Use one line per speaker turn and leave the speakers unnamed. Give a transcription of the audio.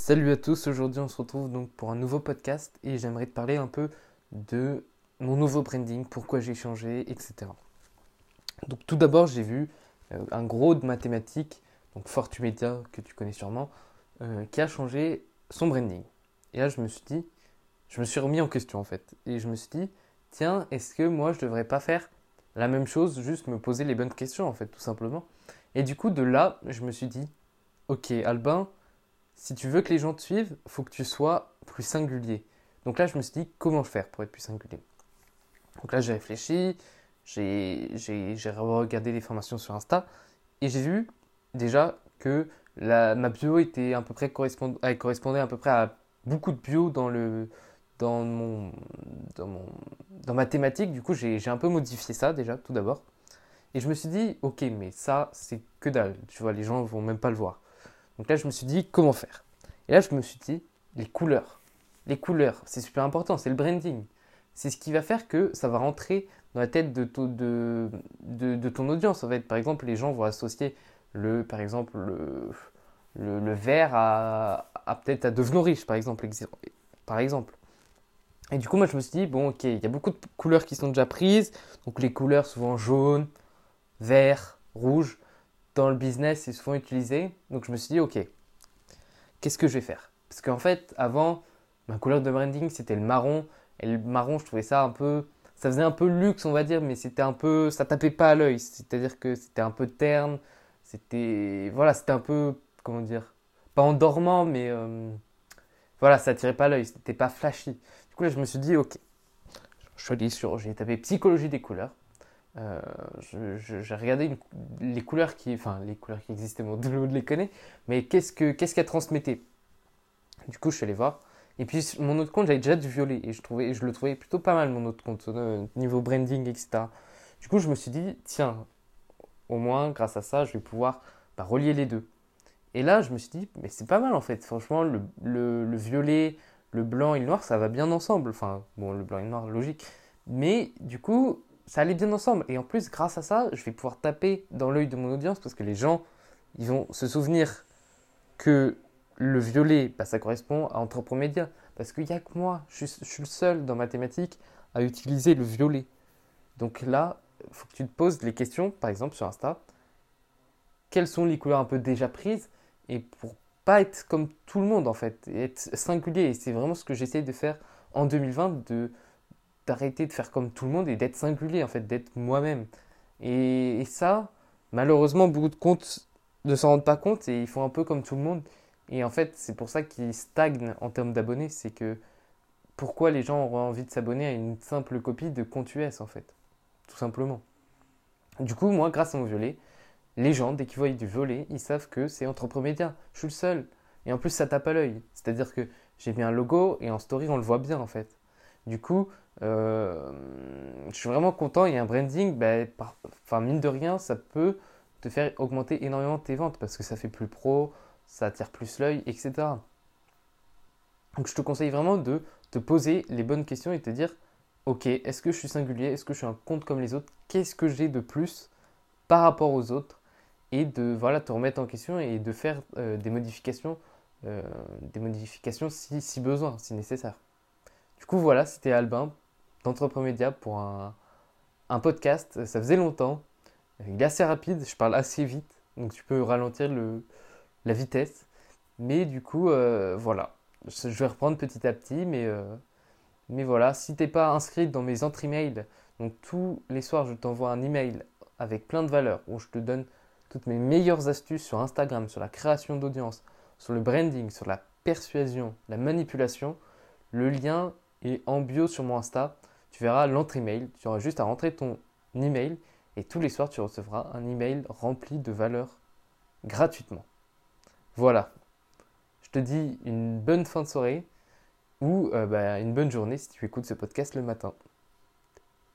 Salut à tous, aujourd'hui on se retrouve donc pour un nouveau podcast et j'aimerais te parler un peu de mon nouveau branding, pourquoi j'ai changé, etc. Donc tout d'abord j'ai vu un gros de mathématiques, donc Fortumedia que tu connais sûrement, qui a changé son branding. Et là je me suis remis en question en fait. Et je me suis dit, tiens, est-ce que moi je devrais pas faire la même chose, juste me poser les bonnes questions en fait, tout simplement. Et du coup de là je me suis dit, ok Albin, si tu veux que les gens te suivent, il faut que tu sois plus singulier. Donc là, je me suis dit, comment faire pour être plus singulier? Donc là, j'ai réfléchi, j'ai regardé les formations sur Insta et j'ai vu déjà que ma bio était à peu près elle correspondait à peu près à beaucoup de bio dans mon, dans ma thématique. Du coup, j'ai un peu modifié ça déjà, tout d'abord. Et je me suis dit, ok, mais ça, c'est que dalle. Tu vois, les gens vont même pas le voir. Donc là, je me suis dit, comment faire? Et là, je me suis dit, les couleurs. Les couleurs, c'est super important, c'est le branding. C'est ce qui va faire que ça va rentrer dans la tête de ton audience. En fait, par exemple, les gens vont associer par exemple, le vert peut-être à devenir riche, par exemple, par exemple. Et du coup, moi, je me suis dit, bon, ok, il y a beaucoup de couleurs qui sont déjà prises. Donc, les couleurs souvent jaune, vert, rouge dans le business, c'est souvent utilisé. Donc je me suis dit, ok, qu'est-ce que je vais faire? Parce qu'en fait, avant, ma couleur de branding, c'était le marron. Et le marron, je trouvais ça un peu, ça faisait un peu luxe, on va dire, mais c'était un peu, ça tapait pas à l'œil. C'est-à-dire que c'était un peu terne. C'était un peu, comment dire, pas endormant, mais voilà, ça attirait pas à l'œil. C'était pas flashy. Du coup, là, je me suis dit, ok, j'ai tapé psychologie des couleurs. Euh, j'ai regardé les couleurs qui existaient, bon, tout le monde les connaît, mais qu'est-ce qu'elle transmettait? Du coup, je suis allé voir. Et puis, mon autre compte, j'avais déjà du violet et je le trouvais plutôt pas mal, mon autre compte, niveau branding, etc. Du coup, je me suis dit, tiens, au moins, grâce à ça, je vais pouvoir relier les deux. Et là, je me suis dit, mais c'est pas mal en fait. Franchement, le violet, le blanc et le noir, ça va bien ensemble. Enfin, bon, le blanc et le noir, logique. Mais du coup, ça allait bien ensemble. Et en plus, grâce à ça, je vais pouvoir taper dans l'œil de mon audience parce que les gens, ils vont se souvenir que le violet, ça correspond à Entrepreneurmédia. Parce qu'il n'y a que moi, je suis le seul dans ma thématique à utiliser le violet. Donc là, il faut que tu te poses les questions, par exemple sur Insta, quelles sont les couleurs un peu déjà prises et pour pas être comme tout le monde en fait, et être singulier. Et c'est vraiment ce que j'essaie de faire en 2020, d'arrêter de faire comme tout le monde et d'être singulier en fait, d'être moi-même. Et ça, malheureusement, beaucoup de comptes ne s'en rendent pas compte et ils font un peu comme tout le monde. Et en fait, c'est pour ça qu'ils stagnent en termes d'abonnés. C'est que pourquoi les gens auront envie de s'abonner à une simple copie de compte US en fait, tout simplement. Du coup, moi, grâce à mon violet, les gens, dès qu'ils voient du violet, ils savent que c'est Entrepreneurmédia. Je suis le seul. Et en plus, ça tape à l'œil. C'est-à-dire que j'ai mis un logo et en story, on le voit bien en fait. Du coup, je suis vraiment content. Il y a un branding, enfin, mine de rien, ça peut te faire augmenter énormément tes ventes parce que ça fait plus pro, ça attire plus l'œil, etc. Donc, je te conseille vraiment de te poser les bonnes questions et te dire, ok, est-ce que je suis singulier? Est-ce que je suis un compte comme les autres? Qu'est-ce que j'ai de plus par rapport aux autres? Et de voilà, te remettre en question et de faire des modifications si besoin, si nécessaire. Du coup, voilà, c'était Albin d'Entrepreneurmédia pour un podcast. Ça faisait longtemps, il est assez rapide, je parle assez vite, donc tu peux ralentir la vitesse. Mais du coup, voilà, je vais reprendre petit à petit, mais voilà, si tu n'es pas inscrit dans mes entre-emails, donc tous les soirs, je t'envoie un email avec plein de valeurs où je te donne toutes mes meilleures astuces sur Instagram, sur la création d'audience, sur le branding, sur la persuasion, la manipulation. Le lien est en bio sur mon Insta. Tu verras l'entre-email. Tu auras juste à rentrer ton email et tous les soirs, tu recevras un email rempli de valeurs gratuitement. Voilà. Je te dis une bonne fin de soirée ou une bonne journée si tu écoutes ce podcast le matin.